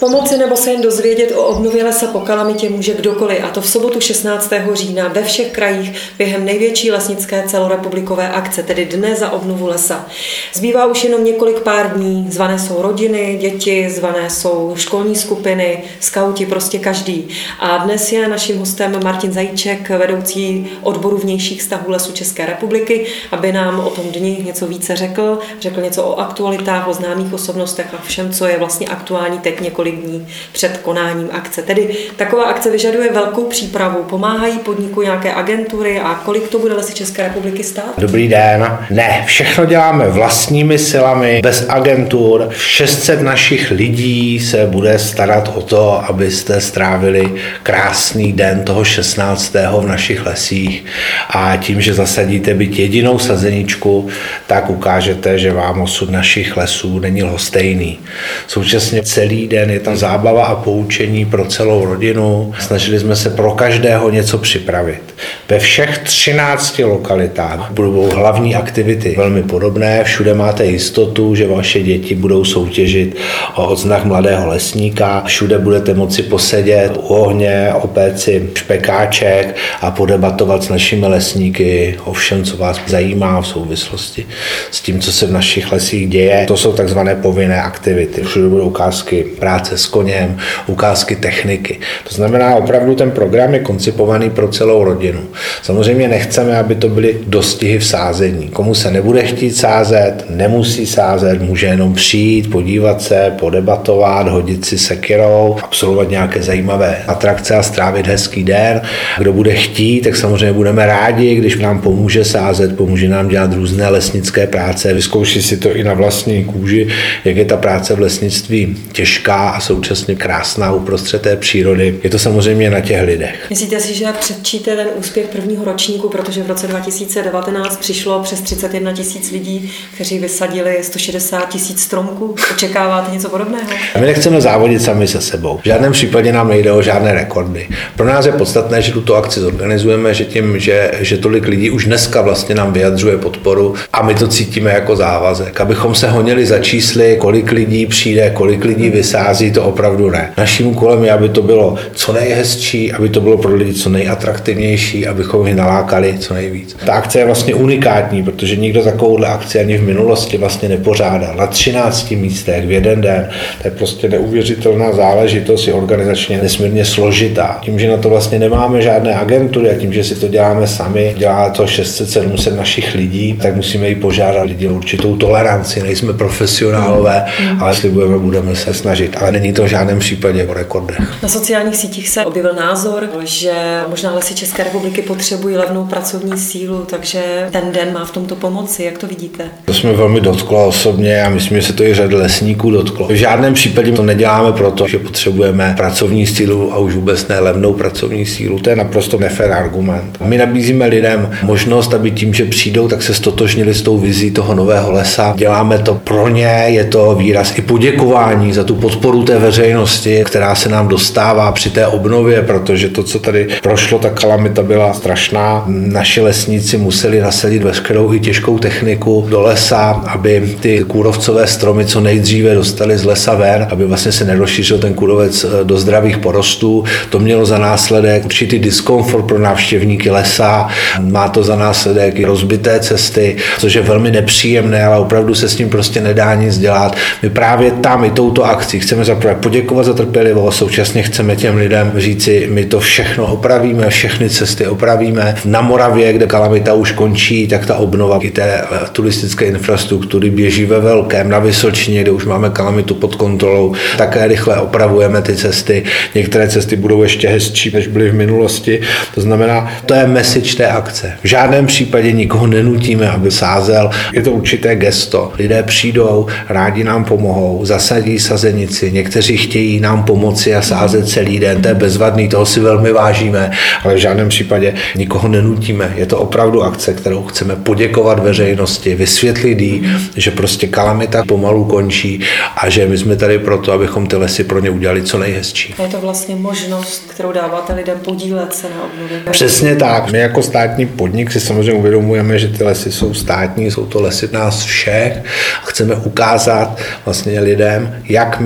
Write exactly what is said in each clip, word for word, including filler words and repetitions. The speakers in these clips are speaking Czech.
Pomoci nebo se jen dozvědět o obnově lesa po kalamitě může kdokoliv, a to v sobotu šestnáctého října ve všech krajích během největší lesnické celorepublikové akce, tedy Dne za obnovu lesa. Zbývá už jenom několik pár dní, zvané jsou rodiny, děti, zvané jsou školní skupiny, skauti, prostě každý. A dnes je naším hostem Martin Zajíček, vedoucí odboru vnějších vztahů Lesů České republiky, aby nám o tom dni něco více řekl, řekl něco o aktualitách, o známých osobnostech a všem, co je vlastně aktuální teď několik dní před konáním akce. Tedy taková akce vyžaduje velkou přípravu. Pomáhají podniku nějaké agentury a kolik to bude Lesy České republiky stát? Dobrý den. Ne, všechno děláme vlastními silami, bez agentur. šest set našich lidí se bude starat o to, abyste strávili krásný den toho šestnáctého v našich lesích. A tím, že zasadíte byť jedinou sazeničku, tak ukážete, že vám osud našich lesů není lhostejný. Současně celý den je tam zábava a poučení pro celou rodinu. Snažili jsme se pro každého něco připravit. Ve všech třinácti lokalitách budou hlavní aktivity velmi podobné. Všude máte jistotu, že vaše děti budou soutěžit o odznak mladého lesníka. Všude budete moci posedět u ohně, opéct si špekáček a podebatovat s našimi lesníky o všem, co vás zajímá v souvislosti s tím, co se v našich lesích děje. To jsou takzvané povinné aktivity. Všude budou ukázky práce s koněm, ukázky techniky. To znamená, opravdu ten program je koncipovaný pro celou rodinu. Samozřejmě nechceme, aby to byly dostihy v sázení. Komu se nebude chtít sázet, nemusí sázet, může jenom přijít, podívat se, podebatovat, hodit si sekirou, absolvovat nějaké zajímavé atrakce a strávit hezký den. Kdo bude chtít, tak samozřejmě budeme rádi, když nám pomůže sázet, pomůže nám dělat různé lesnické práce, vyzkouší si to i na vlastní kůži, jak je ta práce v lesnictví těžká a současně krásná uprostřed té přírody. Je to samozřejmě na těch lidech. Myslíte si, že předčíte ten úspěch prvního ročníku, protože v roce dva tisíce devatenáct přišlo přes třicet jedna tisíc lidí, kteří vysadili sto šedesát tisíc stromků? Očekáváte něco podobného? My nechceme závodit sami se sebou. V žádném případě nám nejde o žádné rekordy. Pro nás je podstatné, že tuto akci zorganizujeme, že tím, že, že tolik lidí už dneska vlastně nám vyjadřuje podporu a my to cítíme jako závazek. Abychom se honili za čísly, kolik lidí přijde, kolik lidí vysází, to opravdu ne. Naším úkolem je, aby to bylo co nejhezčí, aby to bylo pro lidi co nejatraktivnější, abychom je nalákali co nejvíc. Ta akce je vlastně unikátní, protože nikdo takovouhle akci ani v minulosti vlastně nepořádal. Na třinácti místech v jeden den, to je prostě neuvěřitelná záležitost, je organizačně nesmírně složitá. Tím, že na to vlastně nemáme žádné agentury a tím, že si to děláme sami, dělá to šest set sedm set našich lidí, tak musíme jí požádat lidi o určitou toleranci. Nejsme profesionálové, mm. ale slibujeme, budeme se snažit. Ale není to v žádném případě o rekordech. Na sociálních sítích se objevil názor, že možná Lesy České republiky potřebují levnou pracovní sílu, takže ten den má v tomto pomoci. Jak to vidíte? To jsme velmi dotklo osobně a myslím, že se to i řady lesníků dotklo. V žádném případě to neděláme proto, že potřebujeme pracovní sílu a už vůbec ne levnou pracovní sílu. To je naprosto nefér argument. My nabízíme lidem možnost, aby tím, že přijdou, tak se stotožnili s tou vizí toho nového lesa. Děláme to pro ně, je to výraz i poděkování za tu podporu té veřejnosti, která se nám dostává při té obnově, protože to, co tady prošlo, ta kalamita byla strašná. Naši lesníci museli nasadit veškerou i těžkou techniku do lesa, aby ty kůrovcové stromy co nejdříve dostali z lesa ven, aby vlastně se nerozšířil ten kůrovec do zdravých porostů. To mělo za následek určitý diskomfort pro návštěvníky lesa, má to za následek i rozbité cesty, což je velmi nepříjemné, ale opravdu se s tím prostě nedá nic dělat. My právě tam i touto akcí chceme zaprvé poděkovat za trpělivost, současně chceme těm lidem říci, my to všechno opravíme, všechny cesty opravíme. Na Moravě, kde kalamita už končí, tak ta obnova i té turistické infrastruktury běží ve velkém. Na Vysočině, kde už máme kalamitu pod kontrolou, také rychle opravujeme ty cesty. Některé cesty budou ještě hezčí, než byly v minulosti. To znamená, to je message té akce. V žádném případě nikoho nenutíme, aby sázel. Je to určité gesto. Lidé přijdou, rádi nám pomohou, zasadí sazenici, někteří chtějí nám pomoci a sázet celý den. To je bezvadný, toho si velmi vážíme, ale v žádném případě nikoho nenutíme. Je to opravdu akce, kterou chceme poděkovat veřejnosti, vysvětlit jí, že prostě kalamita pomalu končí a že my jsme tady proto, abychom ty lesy pro ně udělali co nejhezčí. A je to vlastně možnost, kterou dáváte lidem podílet se na obnově. Přesně tak. My jako státní podnik si samozřejmě uvědomujeme, že ty lesy jsou státní, jsou to lesy nás všech a chceme ukázat vlastně lidem, jak my se o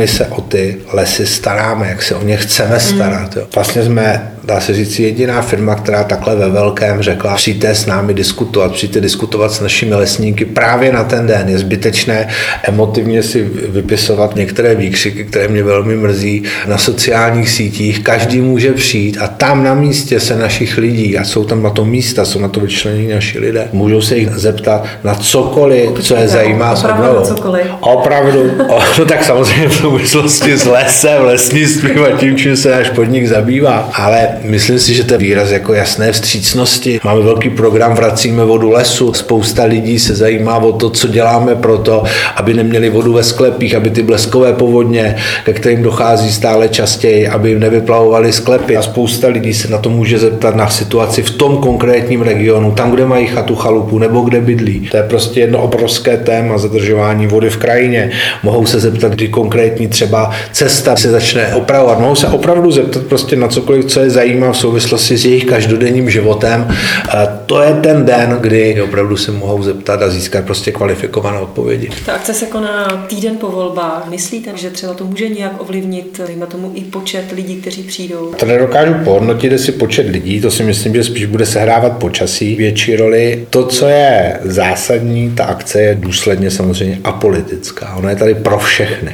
ty lesy staráme, jak se o ně chceme starat. Jo. Vlastně jsme, dá se říct, jediná firma, která takhle ve velkém řekla, přijďte s námi diskutovat, přijďte diskutovat s našimi lesníky právě na ten den. Je zbytečné emotivně si vypisovat některé výkřiky, které mě velmi mrzí na sociálních sítích. Každý může přijít a tam na místě se našich lidí, a jsou tam na to místa, jsou na to vyčlenění naši lidé, můžou se jich zeptat na cokoliv, co je zajímá s obnovou. Opravdu. O, no tak samozřejmě v souvislosti s lesem, lesnictvím a tím, čím se náš podnik zabývá. Ale myslím si, že to je výraz jako jasné vstřícnosti. Máme velký program Vracíme vodu lesu. Spousta lidí se zajímá o to, co děláme pro to, aby neměli vodu ve sklepích, aby ty bleskové povodně, ke kterým dochází stále častěji, aby jim nevyplavovaly sklepy. A spousta lidí se na to může zeptat na situaci v tom konkrétním regionu, tam, kde mají chatu, chalupu nebo kde bydlí. To je prostě jedno obrovské téma zadržování vody v krajině. Mohou se zeptat, kdy konkrétní třeba cesta se začne opravovat. Mohou se opravdu zeptat prostě na cokoliv, co je zajímá v souvislosti s jejich každodenním životem. A to je ten den, kdy opravdu se mohou zeptat a získat prostě kvalifikované odpovědi. Ta akce se koná týden po volbách. Myslíte, že třeba to může nějak ovlivnit, dejme tomu, i počet lidí, kteří přijdou? To nedokážu pohodnotit, jestli počet lidí, to si myslím, že spíš bude sehrávat počasí větší roli. To, co je zásadní, ta akce je důsledně samozřejmě apolitická. Ona je tady pro všechny.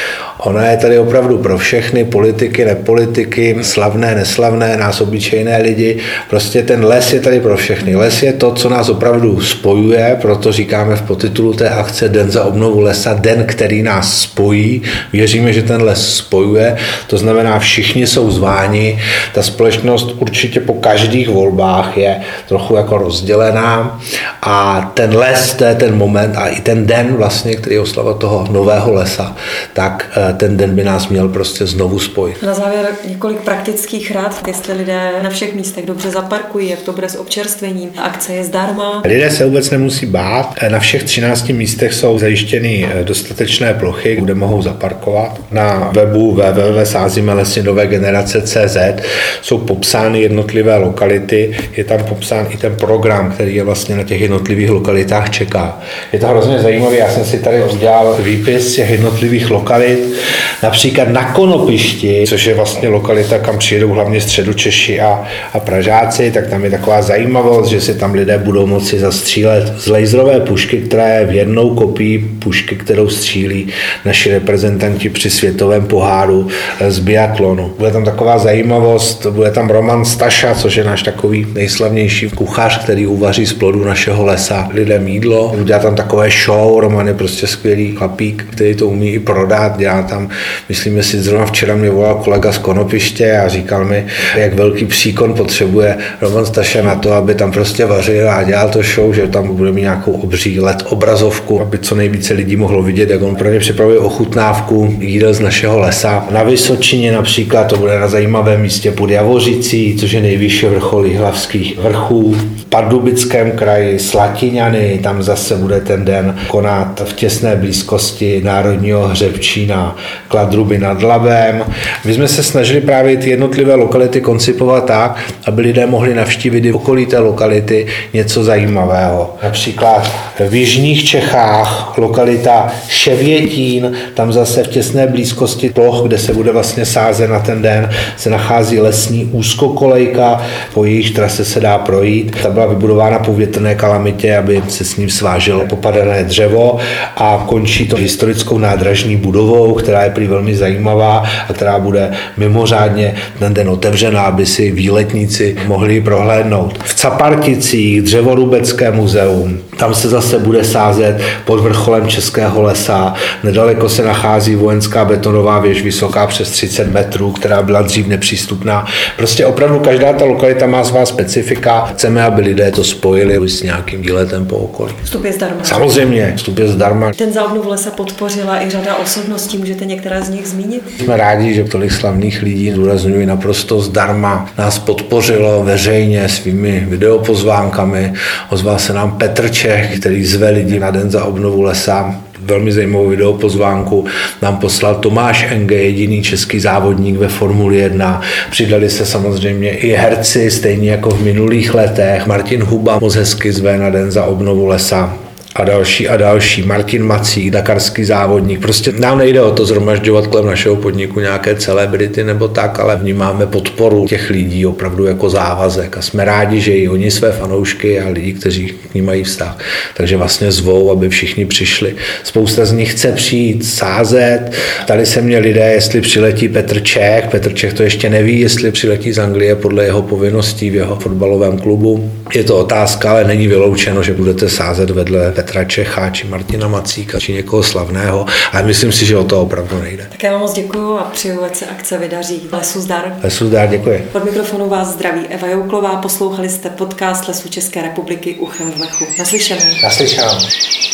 Ona je tady opravdu pro všechny, politiky, nepolitiky, slavné, neslavné, nás obyčejné lidi. Prostě ten les je tady pro všechny. Les je to, co nás opravdu spojuje, proto říkáme v podtitulu té akce Den za obnovu lesa, den, který nás spojí. Věříme, že ten les spojuje, to znamená, všichni jsou zváni. Ta společnost určitě po každých volbách je trochu jako rozdělená a ten les, to je ten moment a i ten den vlastně, který je oslava toho nového lesa, tak ten den by nás měl prostě znovu spojit. Na závěr několik praktických rad, jestli lidé na všech místech dobře zaparkují, jak to bude s občerstvením. Akce je zdarma. Lidé se vůbec nemusí bát. Na všech třinácti místech jsou zajištěny dostatečné plochy, kde mohou zaparkovat. Na webu w w w tečka sázíme lesy nové generace tečka cé zet jsou popsány jednotlivé lokality, je tam popsán i ten program, který je vlastně na těch jednotlivých lokalitách čeká. Je to hrozně zajímavé, já jsem si tady udělal výpis těch jednotlivých lokalit. Například na Konopišti, což je vlastně lokalita, kam přijedou hlavně Středočeši a, a Pražáci, tak tam je taková zajímavost, že si tam lidé budou moci zastřílet z laserové pušky, která je v jednou kopii pušky, kterou střílí naši reprezentanti při světovém poháru z biatlonu. Bude tam taková zajímavost, bude tam Roman Staša, což je náš takový nejslavnější kuchař, který uvaří z plodů našeho lesa lidem jídlo. Udělá tam takové show, Roman je prostě skvělý chlapík, který to umí i prodat, dělá tam, myslím si, zrovna včera mě volal kolega z Konopiště a říkal mi, jak velký příkon potřebuje Roman Staša na to, aby tam prostě vařil a dělal to show, že tam bude mít nějakou obří L E D obrazovku, aby co nejvíce lidí mohlo vidět, jak on pro ně připravuje ochutnávku jídel z našeho lesa. Na Vysočině například to bude na zajímavém místě pod Javořicí, což je nejvyšší vrchol jihlavských vrchů. V Pardubickém kraji Slatiňany, tam zase bude ten den konat v těsné blízkosti Národního hřebčína Kladruby nad Labem. My jsme se snažili právě ty jednotlivé lokality koncipovat tak, aby lidé mohli navštívit i okolí té lokality něco zajímavého. Například v jižních Čechách lokalita Ševětín, tam zase v těsné blízkosti ploch, kde se bude vlastně sázet na ten den, se nachází lesní úzkokolejka, po jejíž trase se dá projít. Ta byla vybudována po větrné kalamitě, aby se s ním sváželo popadané dřevo a končí to historickou nádražní budovou, která je prý velmi zajímavá a která bude mimořádně ten den otevřená, aby si výletníci mohli prohlédnout. V Caparticích dřevorubecké muzeum, tam se zase bude sázet pod vrcholem Českého lesa. Nedaleko se nachází vojenská betonová věž vysoká přes třicet metrů, která byla dřív nepřístupná. Prostě opravdu každá ta lokalita má svá specifika. Chceme, aby lidé to spojili s nějakým výletem po okolí. Vstup je zdarma. Samozřejmě, vstup je zdarma. Ten za obnovu lesa podpořila i řada osobností, můžete některé z nich zmínit? Jsme rádi, že tolik slavných lidí, zdůrazňuji, naprosto zdarma nás podpořilo veřejně svými videopozvánkami. Ozval se nám Petr Čech, který zve lidi na Den za obnovu lesa. Velmi zajímavou videopozvánku nám poslal Tomáš Enge, jediný český závodník ve Formuli jedna. Přidali se samozřejmě i herci, stejně jako v minulých letech. Martin Huba moc hezky zve na Den za obnovu lesa. a další a další. Martin Macík, dakarský závodník. Prostě nám nejde o to zhromažďovat kolem našeho podniku nějaké celebrity nebo tak, ale vnímáme podporu těch lidí opravdu jako závazek a jsme rádi, že i oni své fanoušky a lidi, kteří k ním mají vztah, takže vlastně zvou, aby všichni přišli. Spousta z nich chce přijít sázet. Tady se mě lidé, jestli přiletí Petr Čech. Petr Čech to ještě neví, jestli přiletí z Anglie podle jeho povinností v jeho fotbalovém klubu. Je to otázka, ale není vyloučeno, že budete sázet vedle Petra Čecha, či Martina Macíka, či někoho slavného. Ale myslím si, že o to opravdu nejde. Tak já vám moc děkuju a přeju, ať se akce vydaří. Lesu zdar. Lesu zdar, děkuji. Od mikrofonu vás zdraví Eva Jouklová. Poslouchali jste podcast Lesů České republiky Uchem v Lechu. Naslyšenou. Naslyšenou.